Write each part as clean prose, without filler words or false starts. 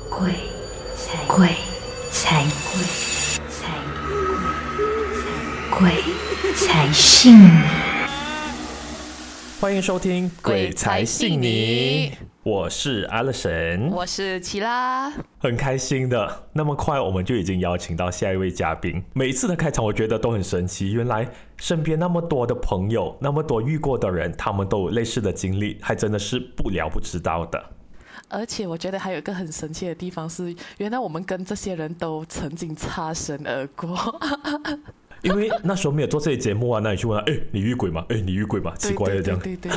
鬼才信你。 欢迎收听《鬼才信你》，我是阿乐神， 我是奇拉， 很开心的。那么快我们就已经邀请到下一位嘉宾。每一次的开场我觉得都很神奇，原来身边那么多的朋友，那么多遇过的人，他们都有类似的经历，还真的是不了不知道的。 而且我觉得还有一个很神奇的地方是，原来我们跟这些人都曾经擦身而过。 因为那时候没有做这些节目啊，那你去问他，你遇鬼吗？你遇鬼吗？奇怪的这样。 对。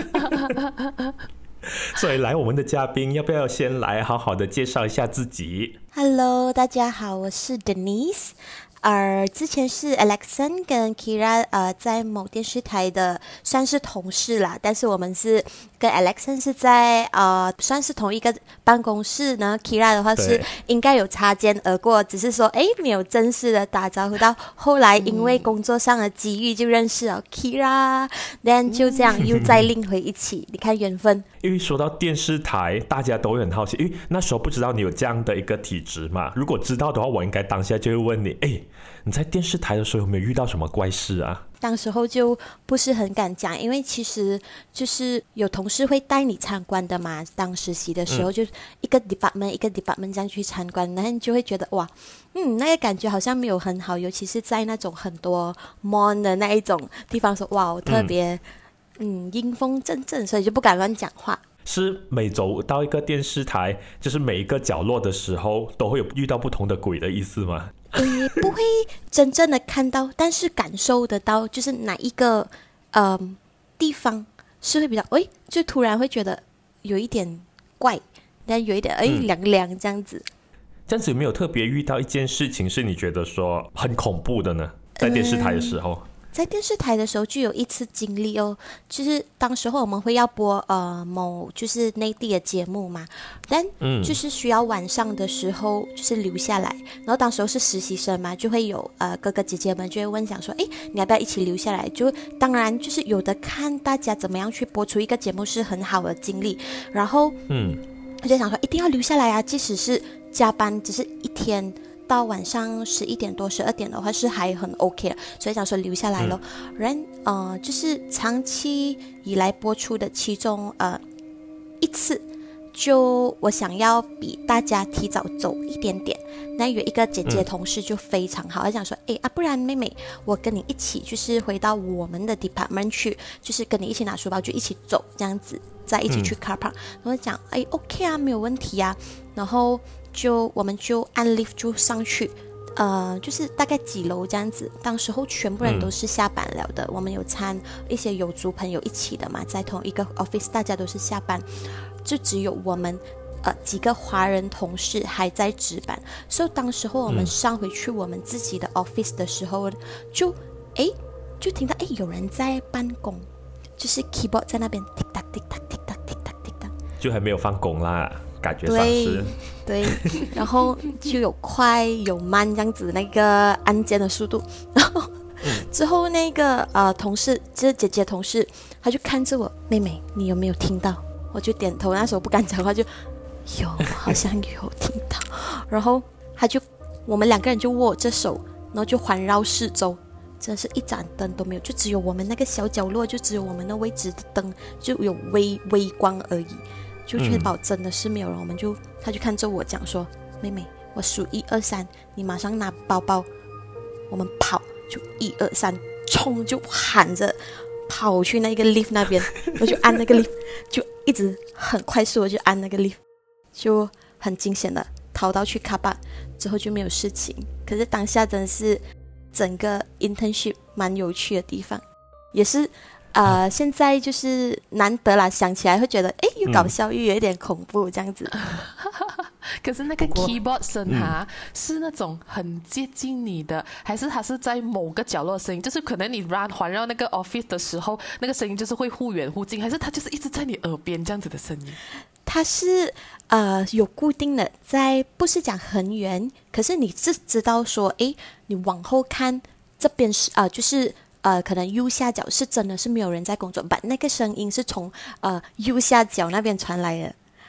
所以来我们的嘉宾，要不要先来好好的介绍一下自己 ？Hello， 大家好，我是 Denise。之前是 Alexon 跟 Kira 在某电视台的算是同事啦，但是我们是跟 Alexon 是在算是同一个办公室呢。Kira 的话是应该有擦肩而过，只是说没有正式的打招呼，到后来因为工作上的机遇就认识了 Kira，then 就这样又再另回一起。你看缘分。 因为说到电视台，大家都会很好奇，因为那时候不知道你有这样的一个体质嘛。如果知道的话，我应该当下就会问你，你在电视台的时候有没有遇到什么怪事啊？ 当时候就不是很敢讲，因为其实就是有同事会带你参观的嘛。当实习的时候，就一个 department 一个 department 这样去参观，然后你就会觉得哇，那个感觉好像没有很好，尤其是在那种很多 mall 的那一种地方说，哇，特别阴风阵阵，所以就不敢乱讲话。 是每走到一个电视台，就是每一个角落的时候，都会有遇到不同的鬼的意思吗？ 不会真正的看到，但是感受得到，就是哪一个地方是会比较就突然会觉得有一点怪，但有一点凉凉这样子。 这样子有没有特别遇到一件事情是你觉得说很恐怖的呢？在电视台的时候。 在电视台的时候就有一次经历就是当时候我们会要播某就是内地的节目嘛，但就是需要晚上的时候就是留下来，然后当时候是实习生嘛，就会有哥哥姐姐们就会问讲说，你要不要一起留下来？就当然就是有的看大家怎么样去播出一个节目是很好的经历，然后我就想说一定要留下来啊，即使是加班只是一天。到晚上11点多12点的话是还很 OK 的，所以想说留下来咯。就是长期以来播出的其中一次，就我想要比大家提早走一点点，那有一个姐姐同事就非常好，她讲说不然妹妹我跟你一起就是回到我们的 department 去，就是跟你一起拿书包就一起走这样子，再一起去 car park。然后讲OK 啊，没有问题啊，然后我们就按 lift 就上去，就是大概几楼这样子。当时候全部人都是下班了的，我们有参一些有族朋友一起的嘛，在同一个 office， 大家都是下班，就只有我们几个华人同事还在值班。所以当时候我们上回去我们自己的 office 的时候，就听到有人在办公，就是 keyboard 在那边 tick tock tick tock tick tock tick tock tick tock， 就还没有放工啦。感觉上是对，然后就有快有慢这样子那个按键的速度，然后之后那个同事就是姐姐同事，她就看着我，妹妹你有没有听到？我就点头，那时候不敢讲话，就有好像有听到，然后我们两个人就握着手，然后就环绕四周，真的是一盏灯都没有，就只有我们那个小角落，就只有我们那位置的灯就有微光而已。就确保真的是没有人，他就看着我讲说，妹妹我数1、2、3，你马上拿包包，我们跑，就1、2、3冲，就喊着跑去那个 lift 那边，我就按那个 lift， 就一直很快速的就按那个 lift， 就很惊险的逃到去卡巴，之后就没有事情。可是当下真的是整个 internship 蛮有趣的地方，也是现在就是难得啦，想起来会觉得又搞笑又有一点恐怖这样子。 可是那个 keyboard 声是那种很接近你的，还是它是在某个角落的声音？就是可能你环绕那个 office 的时候，那个声音就是会忽远忽近，还是它就是一直在你耳边这样子的声音？ 它是有固定的，不是讲很远，可是你是知道说，你往后看这边是就是可能右下角是真的是没有人在工作，把那个声音是从右下角那边传来的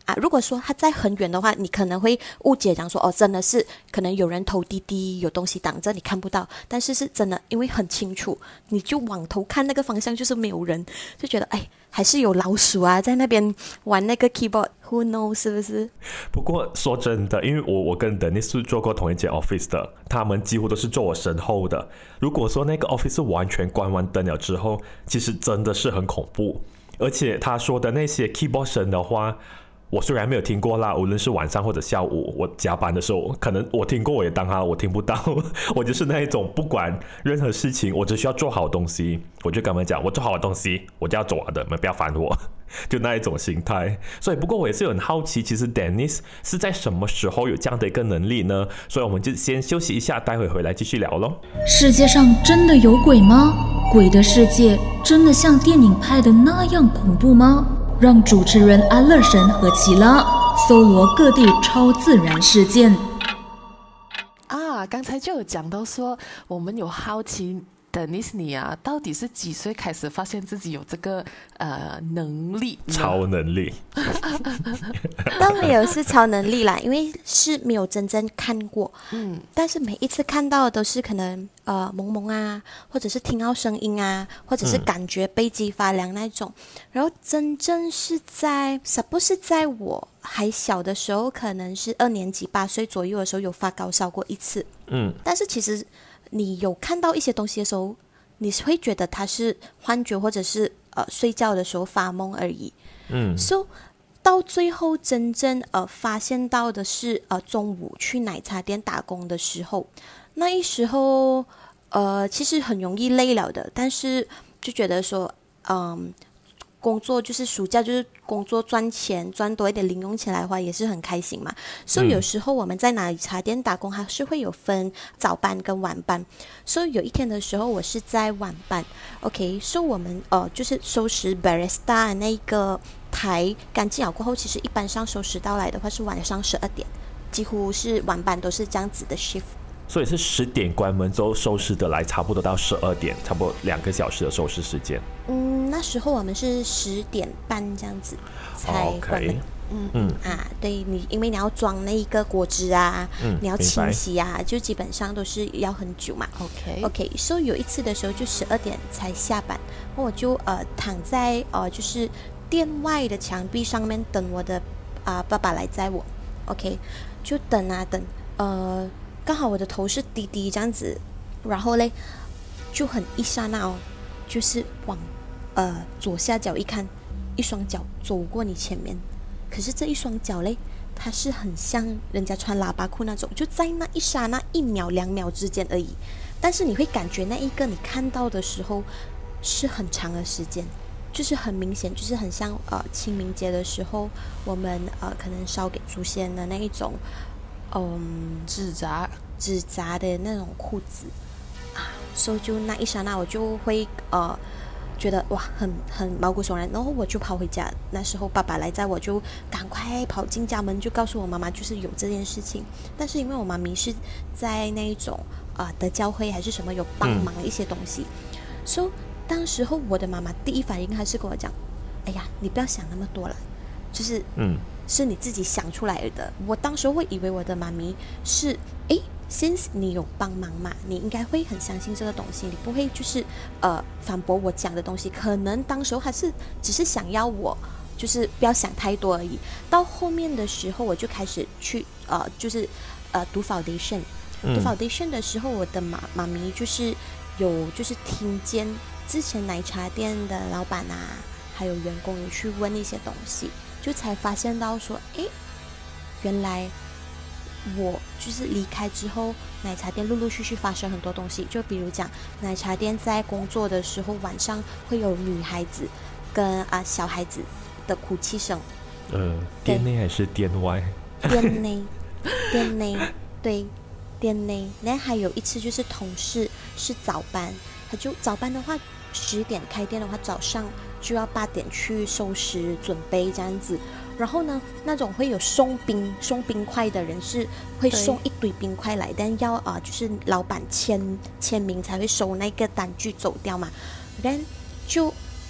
如果说它在很远的话，你可能会误解讲说真的是可能有人偷滴滴，有东西挡着你看不到，但是是真的因为很清楚，你就往头看那个方向就是没有人，就觉得还是有老鼠在那边玩那个 keyboard， who knows 是不是？ 不过说真的，因为我跟 Dennis 是做过同一间 office 的，他们几乎都是坐我身后的。如果说那个 office 是完全关完灯了之后，其实真的是很恐怖。而且他说的那些 keyboard 声的话，我虽然没有听过啦，无论是晚上或者下午我加班的时候，可能我听过我也当我听不到。我就是那一种不管任何事情，我只需要做好东西，我就跟他们讲我做好的东西我就要走了的，你们不要烦我，就那一种心态。所以不过我也是很好奇，其实 Dennis 是在什么时候有这样的一个能力呢？所以我们就先休息一下，待会回来继续聊咯。 世界上真的有鬼吗？鬼的世界真的像电影拍的那样恐怖吗？让主持人安乐神和奇拉搜罗各地超自然事件。 刚才就有讲到说，我们有好奇Dennis 你到底是几岁开始发现自己有这个能力？ 超能力？ 倒没有是超能力啦，因为是没有真正看过。但是每一次看到的都是可能蒙蒙或者是听到声音或者是感觉背脊发凉那种。然后真正是在 suppose 是在我还小的时候，可能是2年级8岁左右的时候有发高烧过一次。但是其实你有看到一些东西的时候，你会觉得它是幻觉，或者是睡觉的时候发梦而已。So 到最后真正发现到的是中午去奶茶店打工的时候，那一时候其实很容易累了的，但是就觉得说工作就是暑假就是工作赚钱，赚多一点零用钱来花也是很开心嘛。所以有时候我们在奶茶店打工还是会有分早班跟晚班。所以有一天的时候我是在晚班 OK， 所以我们就是收拾 barista 的那个台干净了过后，其实一般上收拾到来的话是晚上12点，几乎是晚班都是这样子的 shift。 所以是10点关门之后收拾的来，差不多到12点，差不多2个小时的收拾时间。 那时候我们是10点半这样子才关门。对，因为你要装那一个果汁你要清洗就基本上都是要很久嘛。OK， 所以有一次的时候就12点才下班，我就躺在就是店外的墙壁上面等我的爸爸来载我。OK， 就等等，刚好我的头是低低这样子，然后嘞就很一刹那就是往左下角一看，一双脚走过你前面，可是这一双脚嘞，它是很像人家穿喇叭裤那种，就在那一刹那1秒2秒之间而已，但是你会感觉那一个你看到的时候是很长的时间，就是很明显，就是很像清明节的时候我们可能烧给祖先的那一种纸扎的那种裤子所以就那一刹那我就会觉得哇很毛骨悚然，然后我就跑回家。那时候爸爸来载我，就赶快跑进家门，就告诉我妈妈就是有这件事情。但是因为我妈咪是在那一种的教会还是什么有帮忙一些东西，所以当时候我的妈妈第一反应还是跟我讲，哎呀你不要想那么多了，就是是你自己想出来的。我当时会以为我的妈咪是since 你有帮忙嘛，你应该会很相信这个东西，你不会就是反驳我讲的东西。可能当时候还是只是想要我就是不要想太多而已。到后面的时候我就开始去就是读 foundation， 读 foundation 的时候，我的妈咪就是有就是听见之前奶茶店的老板还有员工有去问一些东西，就才发现到说原来我就是离开之后，奶茶店陆陆续续发生很多东西，就比如讲奶茶店在工作的时候晚上会有女孩子跟小孩子的哭泣声。 店内还是店外？ 店内对，店内。那还有一次就是同事是早班，他就早班的话10点开店的话，早上就要8点去收拾准备这样子。然后呢，那种会有送冰块的人是会送一堆冰块来，但要就是老板签名才会收那个单据走掉嘛。然后就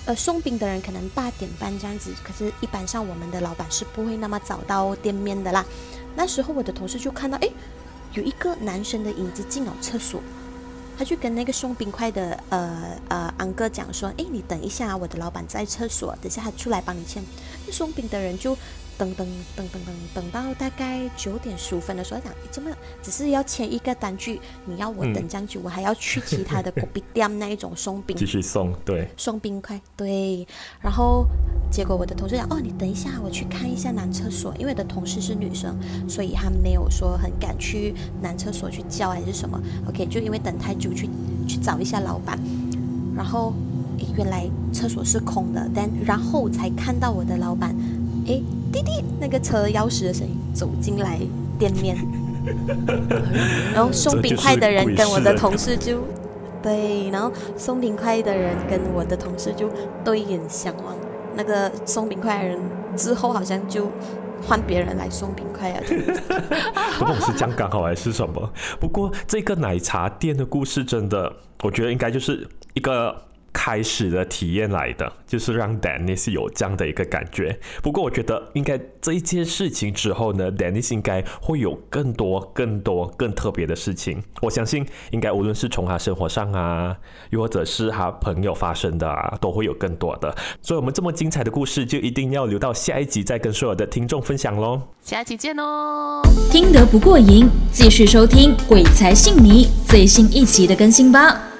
送饼的人可能8点半这样子，可是一般上我们的老板是不会那么早到店面的啦。那时候我的同事就看到，有一个男生的影子进了厕所，他就跟那个送冰块的安哥讲说，你等一下，我的老板在厕所，等下他出来帮你签。那送饼的人就等到大概9点15分的时候讲，怎么只是要签一个单据，你要我等这样久，我还要去其他的果饼店那一种送饼， 继续送，对， 送冰块，对。然后结果我的同事讲，你等一下，我去看一下男厕所，因为我的同事是女生，所以她没有说很敢去男厕所去叫还是什么。OK， 就因为等太久去找一下老板，然后原来厕所是空的，然后才看到我的老板，滴滴那个车钥匙的声音走进来店面，然后送冰块的人跟我的同事就对，然后送冰块的人跟我的同事就对眼相望。那个送冰块的人之后好像就换别人来送冰块啊， 不懂是这样刚好还是什么。不过这个奶茶店的故事真的，我觉得应该就是一个开始的体验来的，就是让 Dennis 有这样的一个感觉。不过我觉得应该这一件事情之后呢， Dennis 应该会有更多更特别的事情。我相信应该无论是从他生活上啊，又或者是他朋友发生的啊，都会有更多的。所以我们这么精彩的故事就一定要留到下一集再跟所有的听众分享咯。 下一集见哦！ 听得不过瘾，继续收听《鬼才信你》最新一期的更新吧。